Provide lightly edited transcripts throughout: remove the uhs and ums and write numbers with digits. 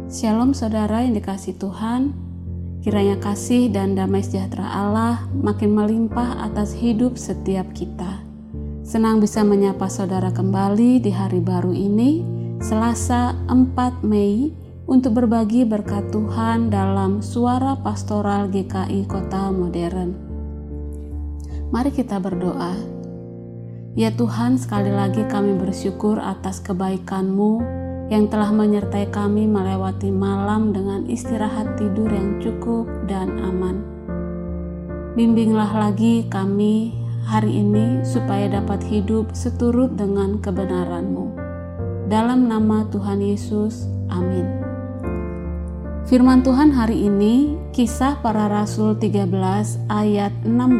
Shalom saudara yang dikasihi Tuhan, kiranya kasih dan damai sejahtera Allah makin melimpah atas hidup setiap kita. Senang bisa menyapa saudara kembali di hari baru ini, Selasa 4 Mei, untuk berbagi berkat Tuhan dalam Suara Pastoral GKI Kota Modern. Mari kita berdoa. Ya Tuhan, sekali lagi kami bersyukur atas kebaikan-Mu yang telah menyertai kami melewati malam dengan istirahat tidur yang cukup dan aman. Bimbinglah lagi kami hari ini supaya dapat hidup seturut dengan kebenaran-Mu. Dalam nama Tuhan Yesus, amin. Firman Tuhan hari ini, Kisah Para Rasul 13 ayat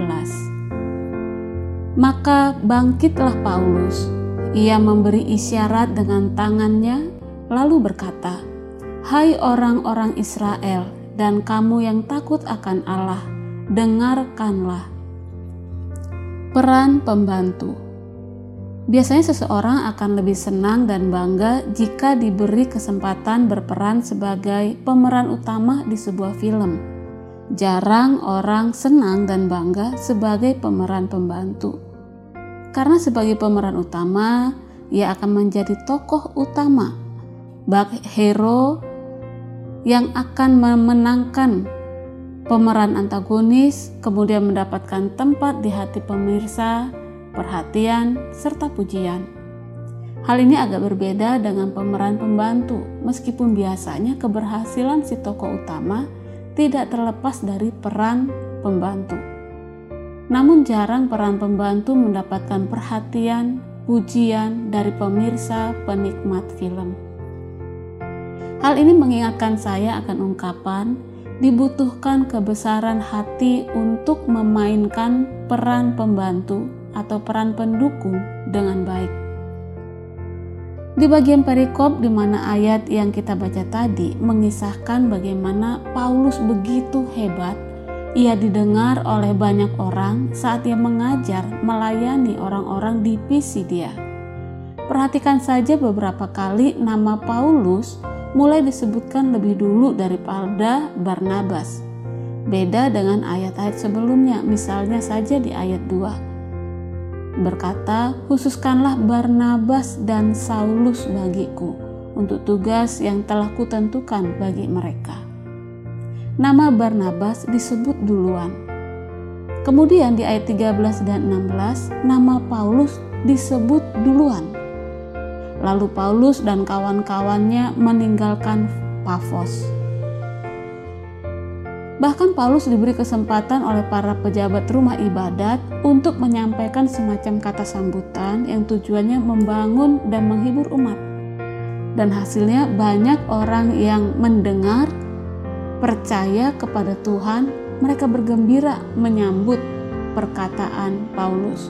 16. Maka bangkitlah Paulus, ia memberi isyarat dengan tangannya, lalu berkata, "Hai orang-orang Israel dan kamu yang takut akan Allah, dengarkanlah." Peran pembantu. Biasanya seseorang akan lebih senang dan bangga jika diberi kesempatan berperan sebagai pemeran utama di sebuah film. Jarang orang senang dan bangga sebagai pemeran pembantu. Karena sebagai pemeran utama, ia akan menjadi tokoh utama, bak hero yang akan memenangkan pemeran antagonis, kemudian mendapatkan tempat di hati pemirsa, perhatian, serta pujian. Hal ini agak berbeda dengan pemeran pembantu, meskipun biasanya keberhasilan si tokoh utama tidak terlepas dari peran pembantu. Namun jarang peran pembantu mendapatkan perhatian, pujian dari pemirsa penikmat film. Hal ini mengingatkan saya akan ungkapan, dibutuhkan kebesaran hati untuk memainkan peran pembantu atau peran pendukung dengan baik. Di bagian perikop di mana ayat yang kita baca tadi mengisahkan bagaimana Paulus begitu hebat, ia didengar oleh banyak orang saat ia mengajar melayani orang-orang di Pisidia. Perhatikan saja beberapa kali nama Paulus mulai disebutkan lebih dulu daripada Barnabas. Beda dengan ayat-ayat sebelumnya, misalnya saja di ayat 2. Berkata, "Khususkanlah Barnabas dan Saulus bagiku untuk tugas yang telah kutentukan bagi mereka." Nama Barnabas disebut duluan. Kemudian di ayat 13 dan 16, nama Paulus disebut duluan. Lalu Paulus dan kawan-kawannya meninggalkan Pafos. Bahkan Paulus diberi kesempatan oleh para pejabat rumah ibadat untuk menyampaikan semacam kata sambutan yang tujuannya membangun dan menghibur umat. Dan hasilnya banyak orang yang mendengar, percaya kepada Tuhan, mereka bergembira menyambut perkataan Paulus.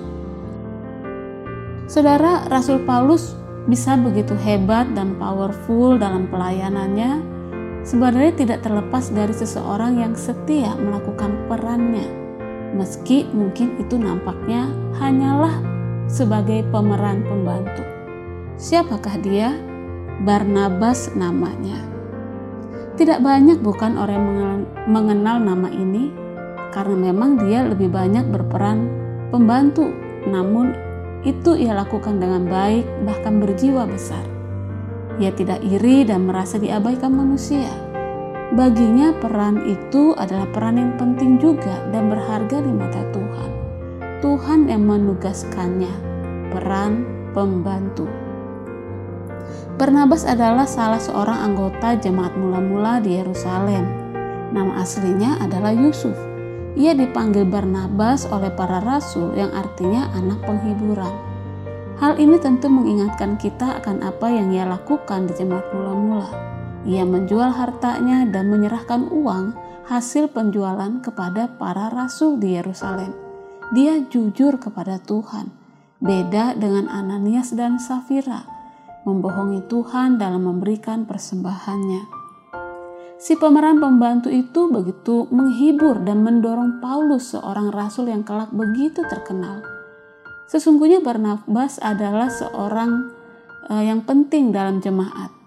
Saudara, Rasul Paulus bisa begitu hebat dan powerful dalam pelayanannya, sebenarnya tidak terlepas dari seseorang yang setia melakukan perannya, meski mungkin itu nampaknya hanyalah sebagai pemeran pembantu. Siapakah dia? Barnabas namanya. Tidak banyak bukan orang yang mengenal nama ini, karena memang dia lebih banyak berperan pembantu, namun itu ia lakukan dengan baik, bahkan berjiwa besar. Ia tidak iri dan merasa diabaikan manusia. Baginya peran itu adalah peran yang penting juga dan berharga di mata Tuhan. Tuhan yang menugaskannya, peran pembantu. Barnabas adalah salah seorang anggota jemaat mula-mula di Yerusalem. Nama aslinya adalah Yusuf. Ia dipanggil Barnabas oleh para rasul yang artinya anak penghiburan. Hal ini tentu mengingatkan kita akan apa yang ia lakukan di jemaat mula-mula. Ia menjual hartanya dan menyerahkan uang hasil penjualan kepada para rasul di Yerusalem. Dia jujur kepada Tuhan, beda dengan Ananias dan Safira, membohongi Tuhan dalam memberikan persembahannya. Si pemeran pembantu itu begitu menghibur dan mendorong Paulus, seorang rasul yang kelak begitu terkenal. Sesungguhnya Barnabas adalah seorang yang penting dalam jemaat.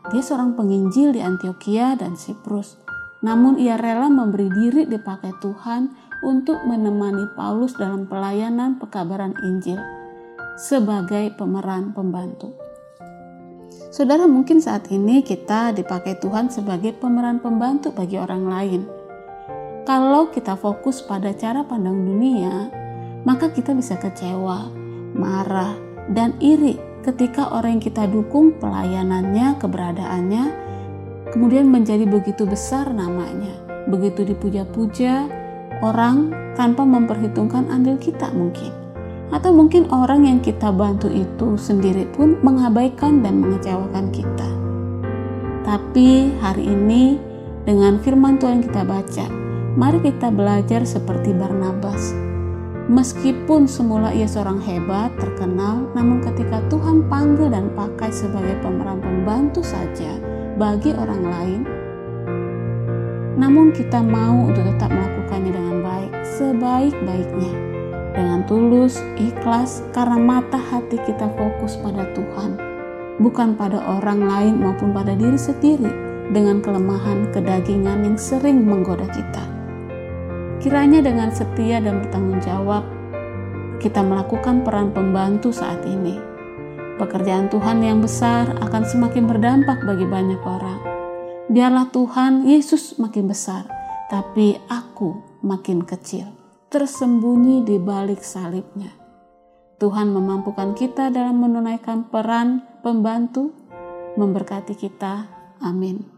Dia seorang penginjil di Antiokhia dan Siprus. Namun ia rela memberi diri dipakai Tuhan untuk menemani Paulus dalam pelayanan pekabaran Injil sebagai pemeran pembantu. Saudara, mungkin saat ini kita dipakai Tuhan sebagai pemeran pembantu bagi orang lain. Kalau kita fokus pada cara pandang dunia, maka kita bisa kecewa, marah, dan iri ketika orang yang kita dukung pelayanannya, keberadaannya, kemudian menjadi begitu besar namanya, begitu dipuja-puja orang tanpa memperhitungkan andil kita mungkin. Atau mungkin orang yang kita bantu itu sendiri pun mengabaikan dan mengecewakan kita. Tapi hari ini dengan firman Tuhan kita baca, mari kita belajar seperti Barnabas. Meskipun semula ia seorang hebat, terkenal, namun ketika Tuhan panggil dan pakai sebagai pemeran pembantu saja bagi orang lain, namun kita mau untuk tetap melakukannya dengan baik, sebaik-baiknya, dengan tulus, ikhlas, karena mata hati kita fokus pada Tuhan, bukan pada orang lain maupun pada diri sendiri dengan kelemahan kedagingan yang sering menggoda kita. Kiranya dengan setia dan bertanggung jawab, kita melakukan peran pembantu saat ini. Pekerjaan Tuhan yang besar akan semakin berdampak bagi banyak orang. Biarlah Tuhan Yesus makin besar, tapi aku makin kecil, tersembunyi di balik salibnya. Tuhan memampukan kita dalam menunaikan peran pembantu, memberkati kita. Amin.